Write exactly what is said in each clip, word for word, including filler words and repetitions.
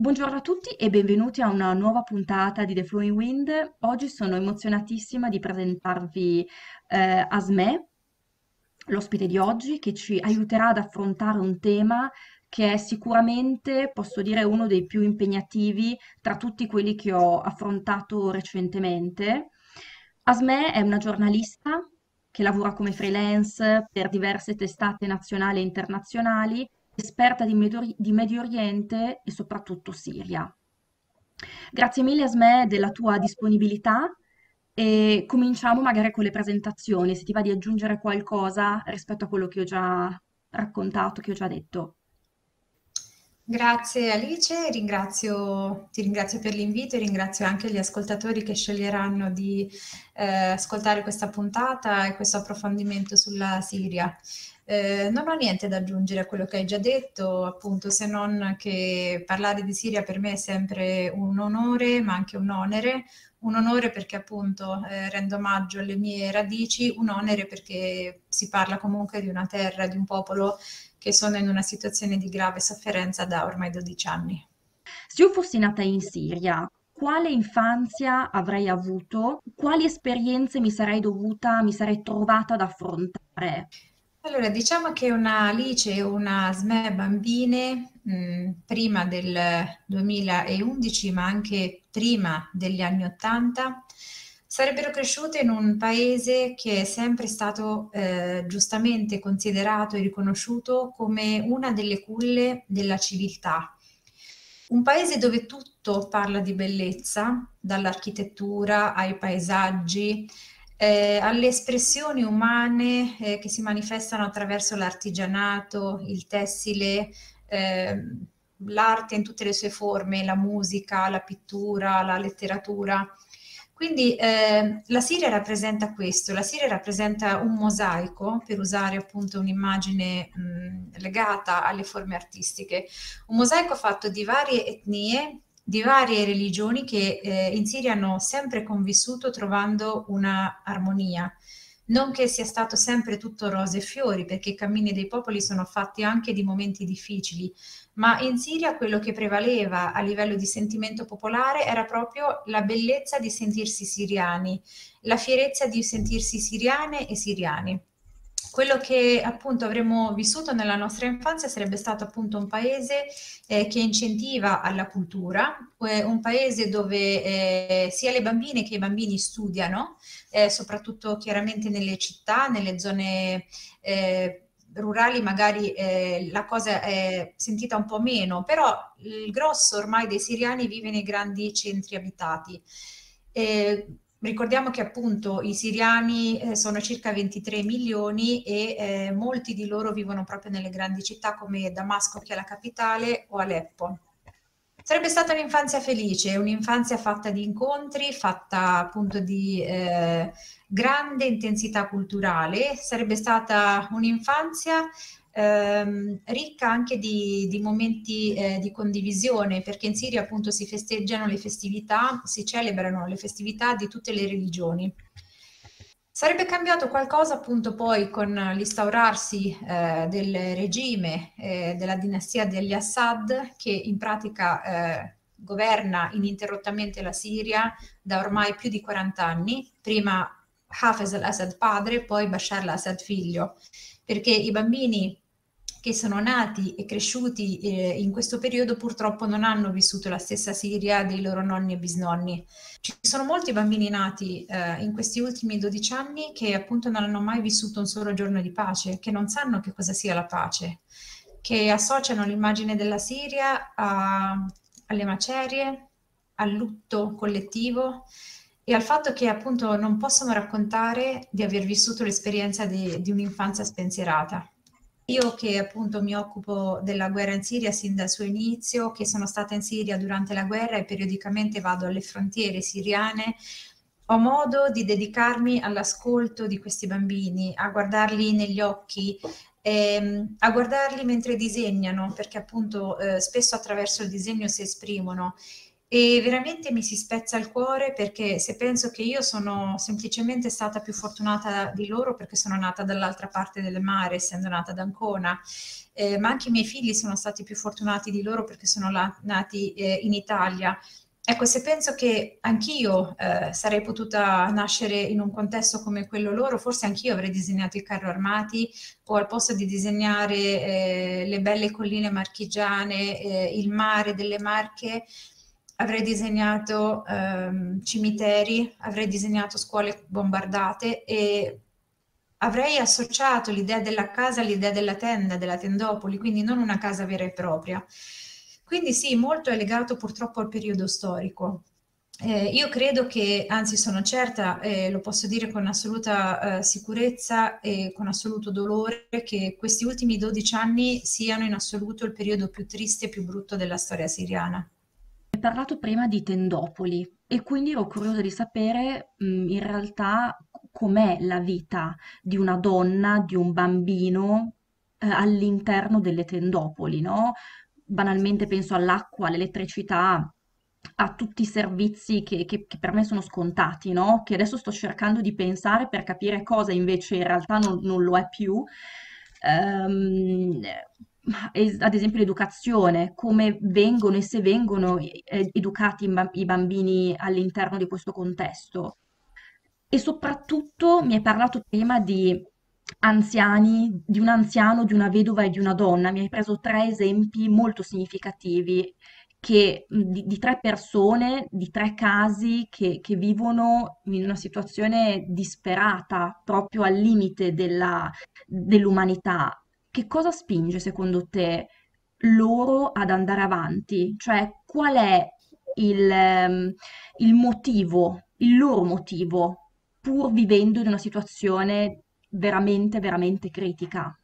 Buongiorno a tutti e benvenuti a una nuova puntata di The Flowing Wind. Oggi sono emozionatissima di presentarvi eh, Asmè, l'ospite di oggi, che ci aiuterà ad affrontare un tema che è sicuramente, posso dire, uno dei più impegnativi tra tutti quelli che ho affrontato recentemente. Asmè è una giornalista che lavora come freelance per diverse testate nazionali e internazionali, esperta di Medio, di Medio Oriente e soprattutto Siria. Grazie mille Asmè della tua disponibilità e cominciamo magari con le presentazioni, se ti va di aggiungere qualcosa rispetto a quello che ho già raccontato, che ho già detto. Grazie Alice, ringrazio, ti ringrazio per l'invito e ringrazio anche gli ascoltatori che sceglieranno di eh, ascoltare questa puntata e questo approfondimento sulla Siria. Eh, non ho niente da aggiungere a quello che hai già detto, appunto, se non che parlare di Siria per me è sempre un onore, ma anche un onere. Un onore perché appunto eh, rendo omaggio alle mie radici, un onere perché si parla comunque di una terra, di un popolo che sono in una situazione di grave sofferenza da ormai dodici anni. Se io fossi nata in Siria, quale infanzia avrei avuto? Quali esperienze mi sarei dovuta, mi sarei trovata ad affrontare? Allora, diciamo che una Alice e una Sme bambine, mh, prima del duemilaundici, ma anche prima degli anni Ottanta, sarebbero cresciute in un paese che è sempre stato eh, giustamente considerato e riconosciuto come una delle culle della civiltà. Un paese dove tutto parla di bellezza, dall'architettura ai paesaggi, eh, alle espressioni umane eh, che si manifestano attraverso l'artigianato, il tessile, eh, l'arte in tutte le sue forme, la musica, la pittura, la letteratura. Quindi eh, la Siria rappresenta questo, la Siria rappresenta un mosaico, per usare appunto un'immagine mh, legata alle forme artistiche, un mosaico fatto di varie etnie, di varie religioni che eh, in Siria hanno sempre convissuto trovando una armonia. Non che sia stato sempre tutto rose e fiori, perché i cammini dei popoli sono fatti anche di momenti difficili, ma in Siria quello che prevaleva a livello di sentimento popolare era proprio la bellezza di sentirsi siriani, la fierezza di sentirsi siriane e siriani. Quello che appunto avremmo vissuto nella nostra infanzia sarebbe stato appunto un paese eh, che incentiva alla cultura, eh, un paese dove eh, sia le bambine che i bambini studiano, eh, soprattutto chiaramente nelle città, nelle zone eh, rurali magari eh, la cosa è sentita un po' meno, però il grosso ormai dei siriani vive nei grandi centri abitati. Eh, Ricordiamo che appunto i siriani eh, sono circa ventitré milioni e eh, molti di loro vivono proprio nelle grandi città come Damasco, che è la capitale, o Aleppo. Sarebbe stata un'infanzia felice, un'infanzia fatta di incontri, fatta appunto di eh, grande intensità culturale, sarebbe stata un'infanzia ehm, ricca anche di, di momenti eh, di condivisione, perché in Siria appunto si festeggiano le festività, si celebrano le festività di tutte le religioni. Sarebbe cambiato qualcosa appunto poi con l'instaurarsi eh, del regime eh, della dinastia degli Assad, che in pratica eh, governa ininterrottamente la Siria da ormai più di quaranta anni, prima Hafez al-Assad padre, poi Bashar al-Assad figlio, perché i bambini che sono nati e cresciuti eh, in questo periodo purtroppo non hanno vissuto la stessa Siria dei loro nonni e bisnonni. Ci sono molti bambini nati eh, in questi ultimi dodici anni che appunto non hanno mai vissuto un solo giorno di pace, che non sanno che cosa sia la pace, che associano l'immagine della Siria a, alle macerie, al lutto collettivo e al fatto che appunto non possono raccontare di aver vissuto l'esperienza di, di un'infanzia spensierata. Io che appunto mi occupo della guerra in Siria sin dal suo inizio, che sono stata in Siria durante la guerra e periodicamente vado alle frontiere siriane, ho modo di dedicarmi all'ascolto di questi bambini, a guardarli negli occhi, ehm, a guardarli mentre disegnano, perché appunto eh, spesso attraverso il disegno si esprimono e veramente mi si spezza il cuore, perché se penso che io sono semplicemente stata più fortunata di loro perché sono nata dall'altra parte del mare, essendo nata ad Ancona, eh, ma anche i miei figli sono stati più fortunati di loro perché sono la- nati eh, in Italia. Ecco, se penso che anch'io eh, sarei potuta nascere in un contesto come quello loro, forse anch'io avrei disegnato i carro armati, o al posto di disegnare eh, le belle colline marchigiane, eh, il mare delle Marche, avrei disegnato ehm, cimiteri, avrei disegnato scuole bombardate e avrei associato l'idea della casa all'idea della tenda, della tendopoli, quindi non una casa vera e propria. Quindi sì, molto è legato purtroppo al periodo storico. Eh, io credo che, anzi sono certa, eh, lo posso dire con assoluta eh, sicurezza e con assoluto dolore, che questi ultimi dodici anni siano in assoluto il periodo più triste e più brutto della storia siriana. Hai parlato prima di tendopoli e quindi ero curiosa di sapere, mh, in realtà com'è la vita di una donna, di un bambino, eh, all'interno delle tendopoli, no? Banalmente penso all'acqua, all'elettricità, a tutti i servizi che, che- che per me sono scontati, no? Che adesso sto cercando di pensare per capire cosa invece in realtà non, non lo è più. Ehm, es- Ad esempio l'educazione, come vengono e se vengono eh, educati i ba- i bambini all'interno di questo contesto. E soprattutto mi hai parlato prima di anziani, di un anziano, di una vedova e di una donna. Mi hai preso tre esempi molto significativi che, mh, di, di tre persone, di tre casi che, che vivono in una situazione disperata, proprio al limite della- dell'umanità. Che cosa spinge secondo te loro ad andare avanti? Cioè, qual è il, ehm, il motivo, il loro motivo, pur vivendo in una situazione veramente, veramente critica?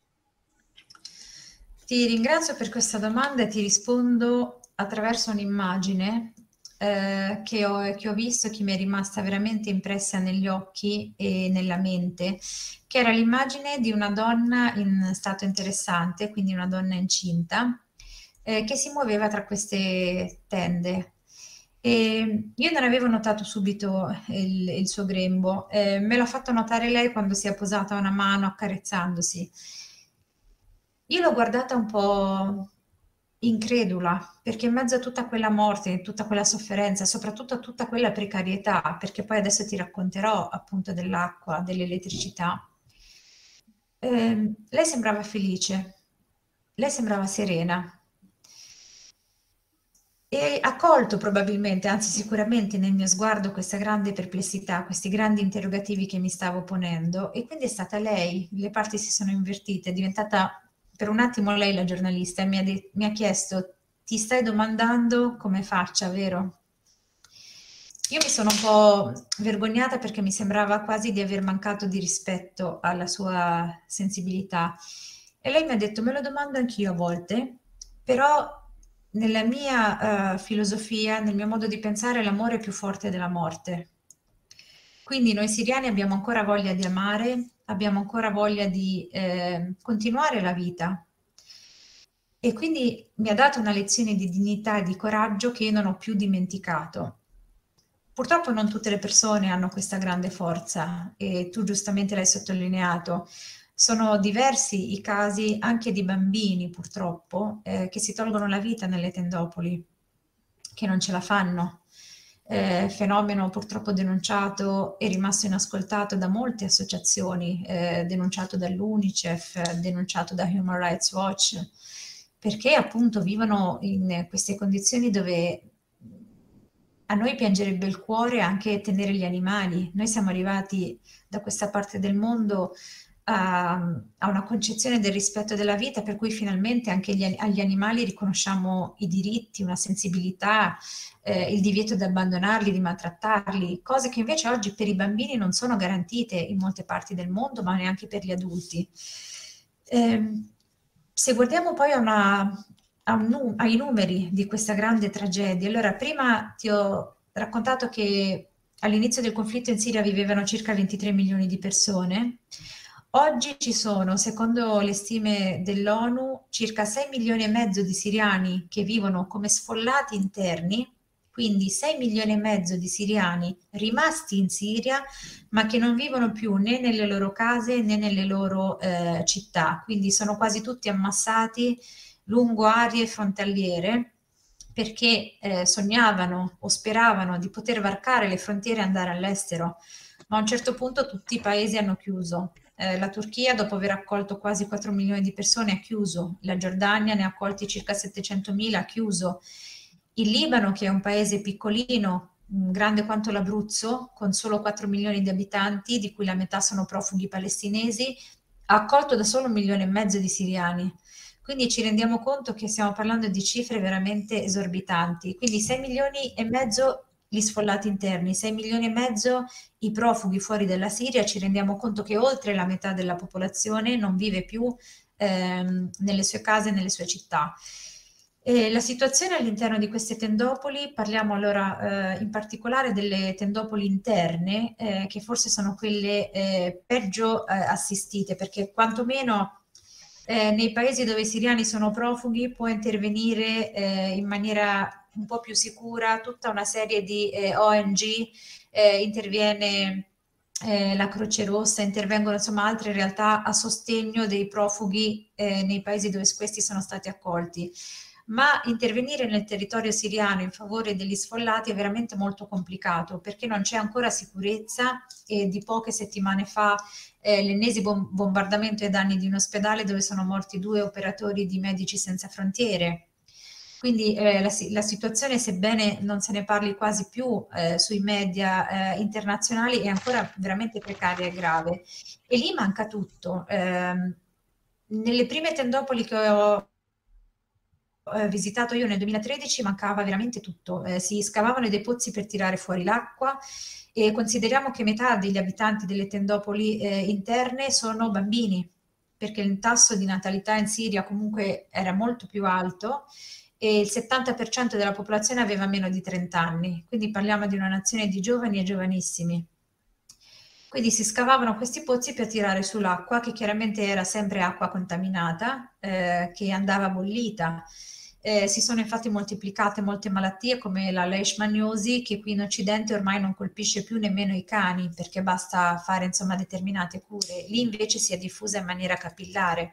Ti ringrazio per questa domanda e ti rispondo attraverso un'immagine eh, che ho, che ho visto e che mi è rimasta veramente impressa negli occhi e nella mente, che era l'immagine di una donna in stato interessante, quindi una donna incinta, eh, che si muoveva tra queste tende. E io non avevo notato subito il, il suo grembo, eh, me l'ha fatto notare lei quando si è posata una mano accarezzandosi. Io l'ho guardata un po' incredula, perché in mezzo a tutta quella morte, tutta quella sofferenza, soprattutto a tutta quella precarietà, perché poi adesso ti racconterò appunto dell'acqua, dell'elettricità, ehm, lei sembrava felice, lei sembrava serena. E ha colto probabilmente, anzi sicuramente nel mio sguardo questa grande perplessità, questi grandi interrogativi che mi stavo ponendo, e quindi è stata lei, le parti si sono invertite, è diventata per un attimo lei la giornalista e mi ha, de- mi ha chiesto: ti stai domandando come faccia, vero? Io mi sono un po' vergognata perché mi sembrava quasi di aver mancato di rispetto alla sua sensibilità. E lei mi ha detto: me lo domando anch'io a volte, però nella mia eh, filosofia, nel mio modo di pensare, l'amore è più forte della morte. Quindi noi siriani abbiamo ancora voglia di amare, abbiamo ancora voglia di eh, continuare la vita. E quindi mi ha dato una lezione di dignità e di coraggio che io non ho più dimenticato. Purtroppo non tutte le persone hanno questa grande forza e tu giustamente l'hai sottolineato. Sono diversi i casi anche di bambini, purtroppo, eh, che si tolgono la vita nelle tendopoli, che non ce la fanno. Eh, fenomeno purtroppo denunciato e rimasto inascoltato da molte associazioni, eh, denunciato dall'UNICEF, denunciato da Human Rights Watch, perché appunto vivono in queste condizioni dove a noi piangerebbe il cuore anche tenere gli animali. Noi siamo arrivati da questa parte del mondo a, a una concezione del rispetto della vita, per cui finalmente anche gli, agli animali riconosciamo i diritti, una sensibilità, eh, il divieto di abbandonarli, di maltrattarli, cose che invece oggi per i bambini non sono garantite in molte parti del mondo, ma neanche per gli adulti. Eh, se guardiamo poi a una, a un nu- ai numeri di questa grande tragedia, allora prima ti ho raccontato che all'inizio del conflitto in Siria vivevano circa ventitré milioni di persone. Oggi ci sono, secondo le stime dell'ONU, circa sei milioni e mezzo di siriani che vivono come sfollati interni quindi sei milioni e mezzo di siriani rimasti in Siria, ma che non vivono più né nelle loro case né nelle loro eh, città, quindi sono quasi tutti ammassati lungo aree frontaliere perché eh, sognavano o speravano di poter varcare le frontiere e andare all'estero, ma a un certo punto tutti i paesi hanno chiuso. Eh, la Turchia, dopo aver accolto quasi quattro milioni di persone, ha chiuso. La Giordania ne ha accolti circa settecentomila, ha chiuso. Il Libano, che è un paese piccolino, grande quanto l'Abruzzo, con solo quattro milioni di abitanti, di cui la metà sono profughi palestinesi, ha accolto da solo un milione e mezzo di siriani. Quindi ci rendiamo conto che stiamo parlando di cifre veramente esorbitanti. Quindi sei milioni e mezzo gli sfollati interni, sei milioni e mezzo i profughi fuori dalla Siria, ci rendiamo conto che oltre la metà della popolazione non vive più ehm, nelle sue case, nelle sue città. E la situazione all'interno di queste tendopoli, parliamo allora eh, in particolare delle tendopoli interne, eh, che forse sono quelle eh, peggio eh, assistite, perché quantomeno eh, nei paesi dove i siriani sono profughi può intervenire eh, in maniera un po' più sicura tutta una serie di eh, O N G, eh, interviene eh, la Croce Rossa, intervengono insomma altre realtà a sostegno dei profughi eh, nei paesi dove questi sono stati accolti. Ma intervenire nel territorio siriano in favore degli sfollati è veramente molto complicato perché non c'è ancora sicurezza e di poche settimane fa eh, l'ennesimo bombardamento ai danni di un ospedale dove sono morti due operatori di Medici Senza Frontiere. Quindi eh, la, la situazione, sebbene non se ne parli quasi più eh, sui media eh, internazionali, è ancora veramente precaria e grave. E lì manca tutto. Eh, nelle prime tendopoli che ho eh, visitato io nel duemilatredici mancava veramente tutto. Eh, si scavavano dei pozzi per tirare fuori l'acqua e consideriamo che metà degli abitanti delle tendopoli eh, interne sono bambini, perché il tasso di natalità in Siria comunque era molto più alto e il settanta per cento della popolazione aveva meno di trenta anni, quindi parliamo di una nazione di giovani e giovanissimi. Quindi si scavavano questi pozzi per tirare su l'acqua, che chiaramente era sempre acqua contaminata, eh, che andava bollita. Eh, si sono infatti moltiplicate molte malattie come la leishmaniosi, che qui in Occidente ormai non colpisce più nemmeno i cani, perché basta fare insomma determinate cure. Lì invece si è diffusa in maniera capillare.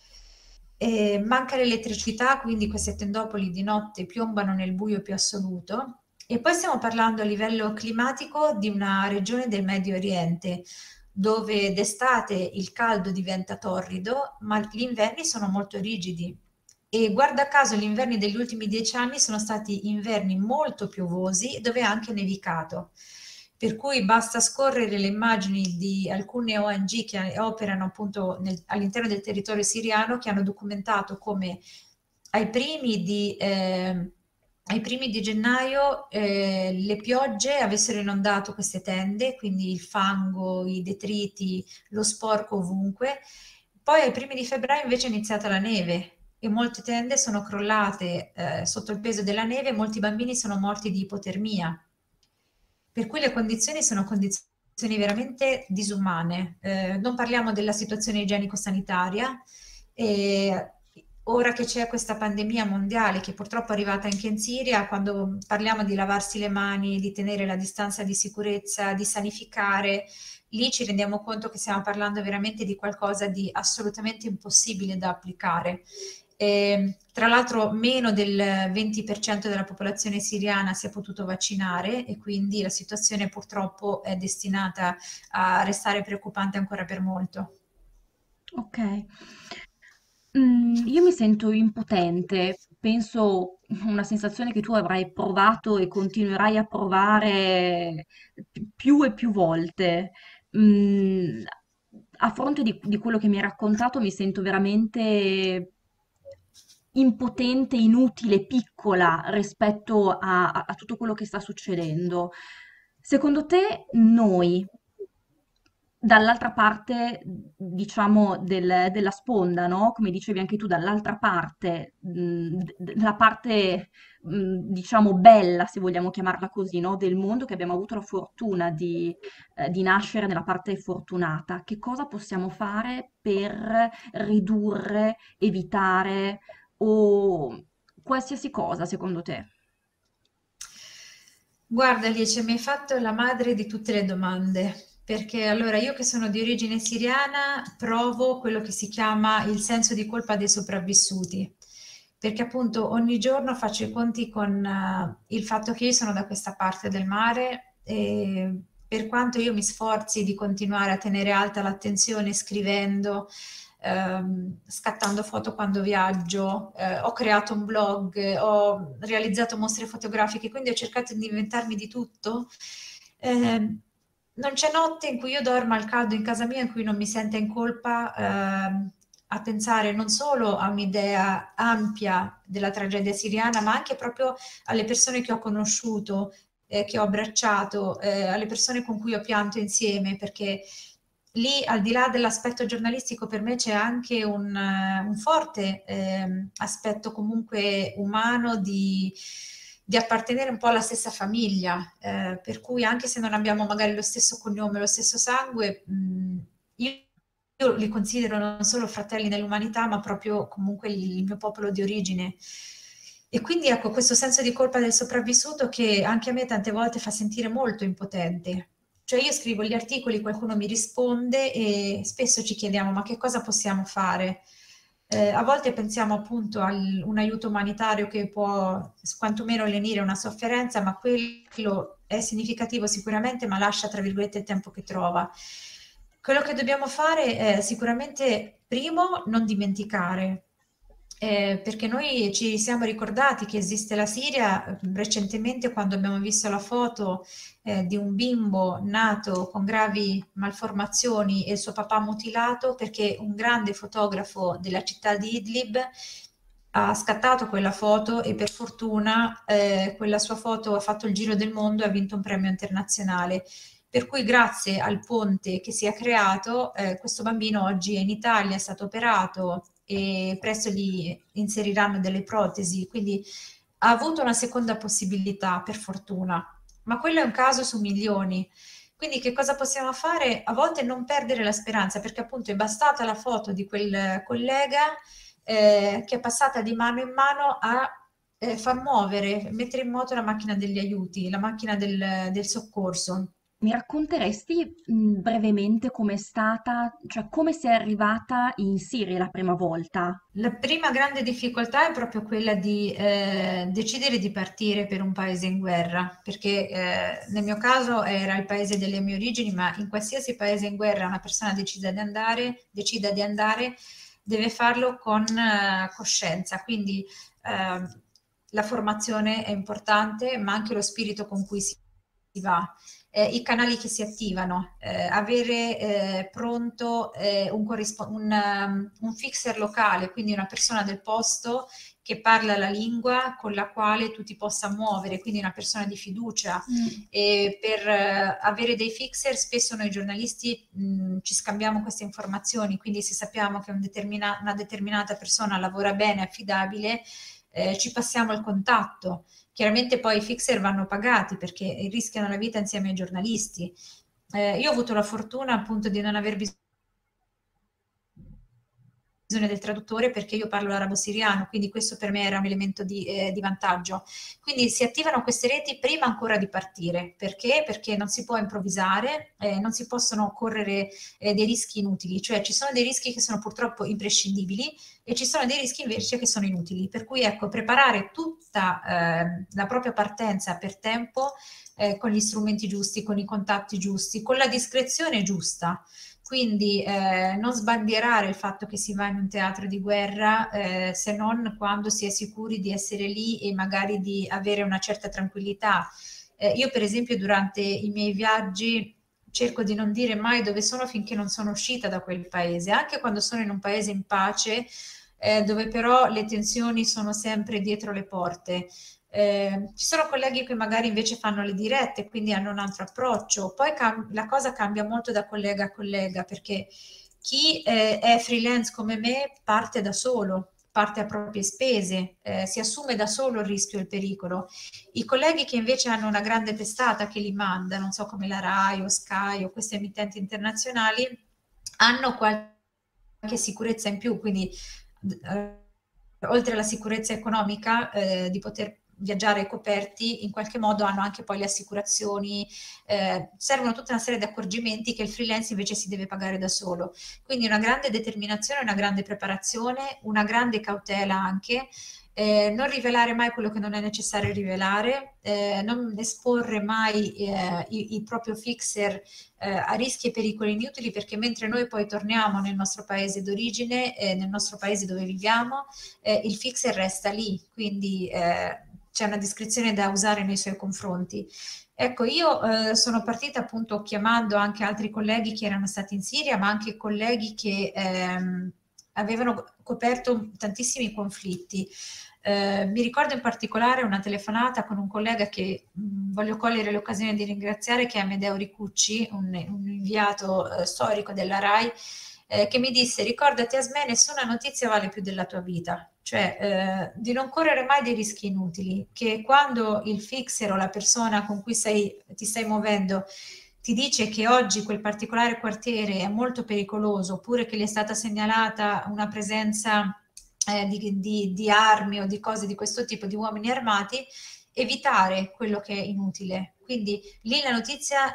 Eh, manca l'elettricità, quindi queste tendopoli di notte piombano nel buio più assoluto. E poi stiamo parlando a livello climatico di una regione del Medio Oriente, dove d'estate il caldo diventa torrido, ma gli inverni sono molto rigidi. E guarda caso gli inverni degli ultimi dieci anni sono stati inverni molto piovosi, dove ha anche nevicato. Per cui basta scorrere le immagini di alcune O N G che operano appunto nel, all'interno del territorio siriano, che hanno documentato come ai primi di, eh, ai primi di gennaio eh, le piogge avessero inondato queste tende, quindi il fango, i detriti, lo sporco ovunque. Poi ai primi di febbraio invece è iniziata la neve e molte tende sono crollate eh, sotto il peso della neve e molti bambini sono morti di ipotermia. Per cui le condizioni sono condizioni veramente disumane. Eh, non parliamo della situazione igienico-sanitaria. E ora che c'è questa pandemia mondiale che purtroppo è arrivata anche in Siria, quando parliamo di lavarsi le mani, di tenere la distanza di sicurezza, di sanificare, lì ci rendiamo conto che stiamo parlando veramente di qualcosa di assolutamente impossibile da applicare. E, tra l'altro meno del venti per cento della popolazione siriana si è potuto vaccinare e quindi la situazione purtroppo è destinata a restare preoccupante ancora per molto. Ok. Mm, io mi sento impotente, penso una sensazione che tu avrai provato e continuerai a provare pi- più e più volte. Mm, a fronte di, di quello che mi hai raccontato, mi sento veramente impotente, inutile, piccola rispetto a, a- a tutto quello che sta succedendo. Secondo te, noi, dall'altra parte, diciamo, del- della sponda, no? Come dicevi anche tu, dall'altra parte, mh, d- d- la parte, mh, diciamo, bella, se vogliamo chiamarla così, no? Del mondo, che abbiamo avuto la fortuna di, eh, di nascere nella parte fortunata. Che cosa possiamo fare per ridurre, evitare o qualsiasi cosa, secondo te? Guarda Alice, mi hai fatto la madre di tutte le domande, perché allora io che sono di origine siriana provo quello che si chiama il senso di colpa dei sopravvissuti, perché appunto ogni giorno faccio i conti con eh, il fatto che io sono da questa parte del mare e per quanto io mi sforzi di continuare a tenere alta l'attenzione scrivendo, ehm, scattando foto quando viaggio, eh, ho creato un blog, ho realizzato mostre fotografiche, quindi ho cercato di inventarmi di tutto. Eh, Non c'è notte in cui io dorma al caldo in casa mia in cui non mi senta in colpa, ehm, a pensare non solo a un'idea ampia della tragedia siriana, ma anche proprio alle persone che ho conosciuto, eh, che ho abbracciato, eh, alle persone con cui ho pianto insieme, perché lì, al di là dell'aspetto giornalistico, per me c'è anche un, eh, un forte ehm, aspetto comunque umano di, di appartenere un po' alla stessa famiglia, eh, per cui anche se non abbiamo magari lo stesso cognome, lo stesso sangue, mh, io, io li considero non solo fratelli nell'umanità, ma proprio comunque il, il mio popolo di origine. E quindi ecco questo senso di colpa del sopravvissuto che anche a me tante volte fa sentire molto impotente. Cioè io scrivo gli articoli, qualcuno mi risponde e spesso ci chiediamo ma che cosa possiamo fare? Eh, a volte pensiamo appunto a un aiuto umanitario che può quantomeno lenire una sofferenza, ma quello è significativo sicuramente, ma lascia tra virgolette il tempo che trova. Quello che dobbiamo fare è sicuramente, primo, non dimenticare, eh, perché noi ci siamo ricordati che esiste la Siria recentemente quando abbiamo visto la foto eh, di un bimbo nato con gravi malformazioni e il suo papà mutilato perché un grande fotografo della città di Idlib ha scattato quella foto e per fortuna eh, quella sua foto ha fatto il giro del mondo e ha vinto un premio internazionale. Per cui grazie al ponte che si è creato, eh, questo bambino oggi è in Italia, è stato operato e presto gli inseriranno delle protesi, quindi ha avuto una seconda possibilità, per fortuna. Ma quello è un caso su milioni. Quindi che cosa possiamo fare? A volte non perdere la speranza, perché appunto è bastata la foto di quel collega eh, che è passata di mano in mano a eh, far muovere, mettere in moto la macchina degli aiuti, la macchina del, del soccorso. Mi racconteresti, mh, brevemente com'è stata, cioè come sei arrivata in Siria la prima volta? La prima grande difficoltà è proprio quella di eh, decidere di partire per un paese in guerra, perché eh, nel mio caso era il paese delle mie origini, ma in qualsiasi paese in guerra una persona decida di andare, decida di andare, deve farlo con eh, coscienza. Quindi eh, la formazione è importante, ma anche lo spirito con cui si si va. Eh, i canali che si attivano, eh, avere eh, pronto eh, un, un, um, un fixer locale, quindi una persona del posto che parla la lingua con la quale tu ti possa muovere, quindi una persona di fiducia. Mm. E per eh, avere dei fixer spesso noi giornalisti mh, ci scambiamo queste informazioni, quindi se sappiamo che un determina- una determinata persona lavora bene, affidabile, eh, ci passiamo il contatto. Chiaramente poi i fixer vanno pagati perché rischiano la vita insieme ai giornalisti. Eh, io ho avuto la fortuna appunto di non aver bisogno bisogno del traduttore perché io parlo l'arabo-siriano, quindi questo per me era un elemento di, eh, di vantaggio. Quindi si attivano queste reti prima ancora di partire. Perché? Perché non si può improvvisare, eh, non si possono correre eh, dei rischi inutili, cioè ci sono dei rischi che sono purtroppo imprescindibili e ci sono dei rischi invece che sono inutili. Per cui ecco, preparare tutta eh, la propria partenza per tempo eh, con gli strumenti giusti, con i contatti giusti, con la discrezione giusta. Quindi eh, non sbandierare il fatto che si va in un teatro di guerra eh, se non quando si è sicuri di essere lì e magari di avere una certa tranquillità. Eh, io per esempio durante i miei viaggi cerco di non dire mai dove sono finché non sono uscita da quel paese, anche quando sono in un paese in pace, eh, dove però le tensioni sono sempre dietro le porte. Eh, ci sono colleghi che magari invece fanno le dirette, quindi hanno un altro approccio. Poi cam- la cosa cambia molto da collega a collega, perché chi eh, è freelance come me parte da solo, parte a proprie spese, eh, si assume da solo il rischio e il pericolo. I colleghi che invece hanno una grande testata che li manda, non so come la Rai o Sky o queste emittenti internazionali, hanno qualche sicurezza in più, quindi eh, oltre alla sicurezza economica, eh, di poter viaggiare coperti, in qualche modo hanno anche poi le assicurazioni, eh, servono tutta una serie di accorgimenti che il freelance invece si deve pagare da solo. Quindi una grande determinazione, una grande preparazione, una grande cautela anche. Eh, non rivelare mai quello che non è necessario rivelare, eh, non esporre mai eh, il, il proprio fixer eh, a rischi e pericoli inutili, perché mentre noi poi torniamo nel nostro paese d'origine, eh, nel nostro paese dove viviamo, eh, il fixer resta lì, quindi eh, c'è una discrezione da usare nei suoi confronti. Ecco, io eh, sono partita appunto chiamando anche altri colleghi che erano stati in Siria, ma anche colleghi che ehm, avevano coperto tantissimi conflitti. Eh, mi ricordo in particolare una telefonata con un collega che mh, voglio cogliere l'occasione di ringraziare, che è Amedeo Ricucci, un, un inviato eh, storico della RAI, eh, che mi disse: ricordati Asmè, nessuna notizia vale più della tua vita, cioè eh, di non correre mai dei rischi inutili, che quando il fixer o la persona con cui sei, ti stai muovendo ti dice che oggi quel particolare quartiere è molto pericoloso, oppure che gli è stata segnalata una presenza eh, di, di, di armi o di cose di questo tipo, di uomini armati, evitare quello che è inutile. Quindi lì la notizia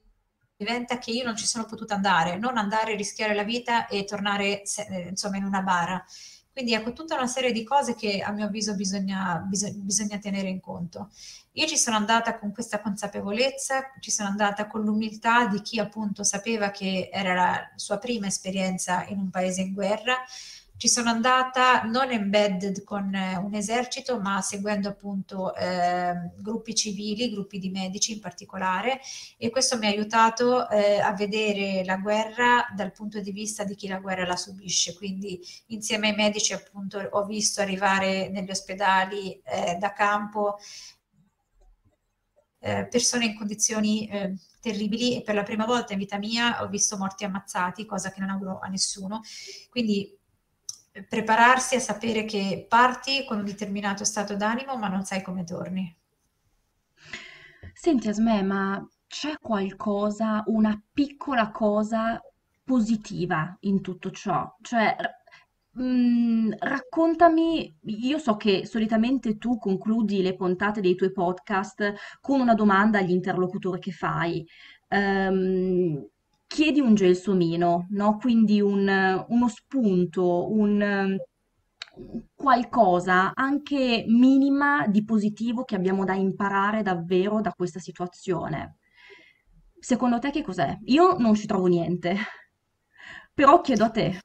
diventa che io non ci sono potuta andare, non andare, rischiare la vita e tornare insomma in una bara. Quindi ecco, tutta una serie di cose che a mio avviso bisogna, bisog- bisogna tenere in conto. Io ci sono andata con questa consapevolezza, ci sono andata con l'umiltà di chi appunto sapeva che era la sua prima esperienza in un paese in guerra. Ci sono andata non embedded con eh, un esercito, ma seguendo appunto eh, gruppi civili, gruppi di medici in particolare, e questo mi ha aiutato eh, a vedere la guerra dal punto di vista di chi la guerra la subisce. Quindi insieme ai medici appunto ho visto arrivare negli ospedali eh, da campo eh, persone in condizioni eh, terribili, e per la prima volta in vita mia ho visto morti ammazzati, cosa che non auguro a nessuno. Quindi eh, prepararsi a sapere che parti con un determinato stato d'animo, ma non sai come torni. Senti Asmè, ma c'è qualcosa, una piccola cosa positiva in tutto ciò? Cioè, r- mm, raccontami, io so che solitamente tu concludi le puntate dei tuoi podcast con una domanda agli interlocutori che fai. Ehm, chiedi un gelsomino, no? Quindi un- uno spunto, un qualcosa anche minima di positivo che abbiamo da imparare davvero da questa situazione. Secondo te che cos'è? Io non ci trovo niente, però chiedo a te.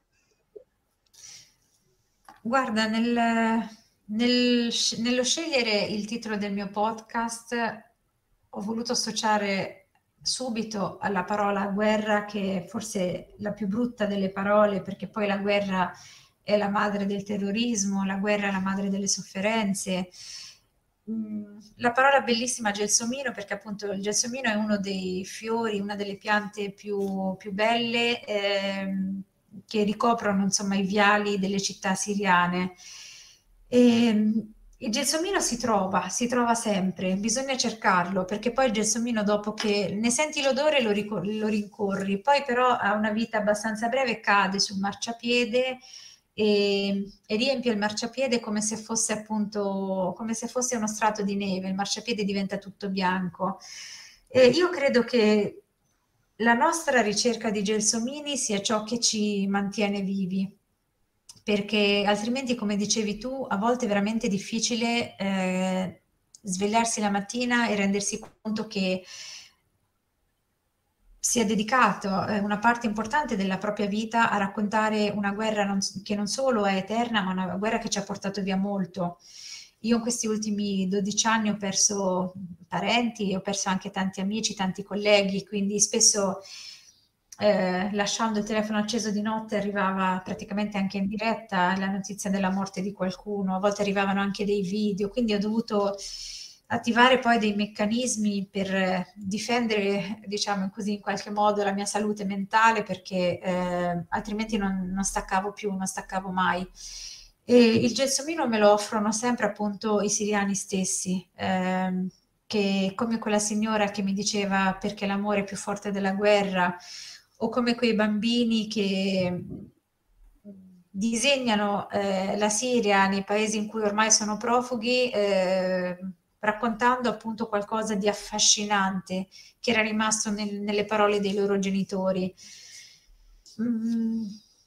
Guarda, nel, nel sc- nello scegliere il titolo del mio podcast ho voluto associare subito alla parola guerra, che è forse la più brutta delle parole, perché poi la guerra è la madre del terrorismo, la guerra è la madre delle sofferenze. Mm, La parola bellissima gelsomino, perché appunto il gelsomino è uno dei fiori, una delle piante più, più belle ehm, che ricoprono insomma i viali delle città siriane. E, il gelsomino si trova, si trova sempre, bisogna cercarlo, perché poi il gelsomino, dopo che ne senti l'odore, lo, ricor- lo rincorri, poi però ha una vita abbastanza breve, cade sul marciapiede e, e riempie il marciapiede come se fosse appunto, come se fosse uno strato di neve, il marciapiede diventa tutto bianco. E io credo che la nostra ricerca di gelsomini sia ciò che ci mantiene vivi, perché altrimenti, come dicevi tu, a volte è veramente difficile eh, svegliarsi la mattina e rendersi conto che si è dedicato eh, una parte importante della propria vita a raccontare una guerra non- che non solo è eterna, ma una guerra che ci ha portato via molto. Io in questi ultimi dodici anni ho perso parenti, ho perso anche tanti amici, tanti colleghi, quindi spesso eh, lasciando il telefono acceso di notte arrivava praticamente anche in diretta la notizia della morte di qualcuno, a volte arrivavano anche dei video, quindi ho dovuto attivare poi dei meccanismi per eh, difendere, diciamo così, in qualche modo la mia salute mentale, perché eh, altrimenti non, non staccavo più, non staccavo mai. E il gelsomino me lo offrono sempre appunto i siriani stessi, ehm, che come quella signora che mi diceva perché l'amore è più forte della guerra, o come quei bambini che disegnano eh, la Siria nei paesi in cui ormai sono profughi, eh, raccontando appunto qualcosa di affascinante che era rimasto nel, nelle parole dei loro genitori. Mm.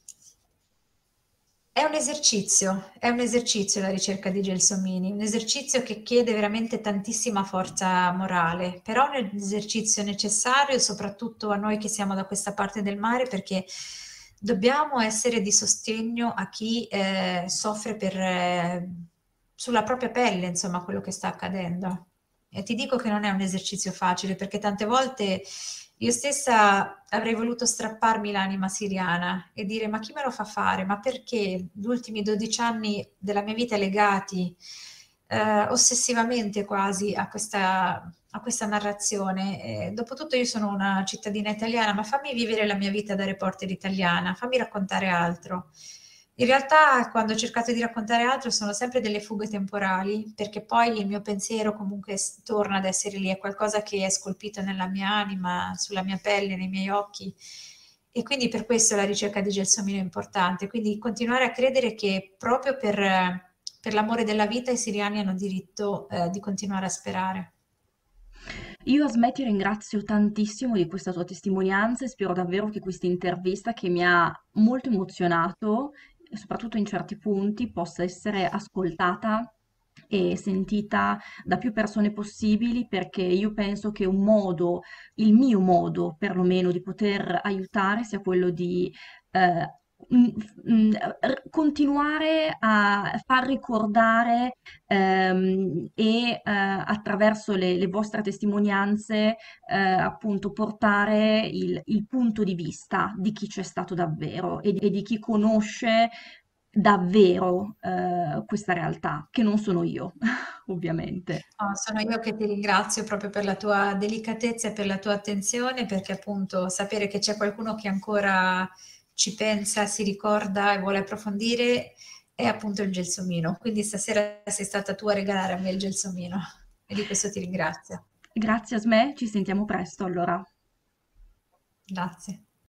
È un esercizio, è un esercizio la ricerca di Gelsomini, un esercizio che chiede veramente tantissima forza morale, però è un esercizio necessario soprattutto a noi che siamo da questa parte del mare, perché dobbiamo essere di sostegno a chi eh, soffre per, eh, sulla propria pelle, insomma, quello che sta accadendo. E ti dico che non è un esercizio facile, perché tante volte io stessa avrei voluto strapparmi l'anima siriana e dire: ma chi me lo fa fare? Ma perché gli ultimi dodici anni della mia vita legati eh, ossessivamente quasi a questa, a questa narrazione? E dopotutto io sono una cittadina italiana, ma fammi vivere la mia vita da reporter italiana, fammi raccontare altro. In realtà, quando ho cercato di raccontare altro, sono sempre delle fughe temporali, perché poi il mio pensiero comunque s- torna ad essere lì, è qualcosa che è scolpito nella mia anima, sulla mia pelle, nei miei occhi. E quindi per questo la ricerca di Gelsomino è importante. Quindi continuare a credere che proprio per, eh, per l'amore della vita i siriani hanno diritto, eh, di continuare a sperare. Io Asmè ti ringrazio tantissimo di questa tua testimonianza e spero davvero che questa intervista che mi ha molto emozionato, soprattutto in certi punti, possa essere ascoltata e sentita da più persone possibili, perché io penso che un modo, il mio modo perlomeno di poter aiutare sia quello di eh, m- m- r- continuare a far ricordare ehm, e eh, attraverso le, le vostre testimonianze eh, appunto portare il, il punto di vista di chi c'è stato davvero e, di e di chi conosce davvero eh, questa realtà, che non sono io, ovviamente. No, sono io che ti ringrazio proprio per la tua delicatezza e per la tua attenzione, perché appunto sapere che c'è qualcuno che ancora ci pensa, si ricorda e vuole approfondire è appunto il gelsomino. Quindi stasera sei stata tu a regalare a me il gelsomino e di questo ti ringrazio. Grazie Asmè, ci sentiamo presto allora. Grazie.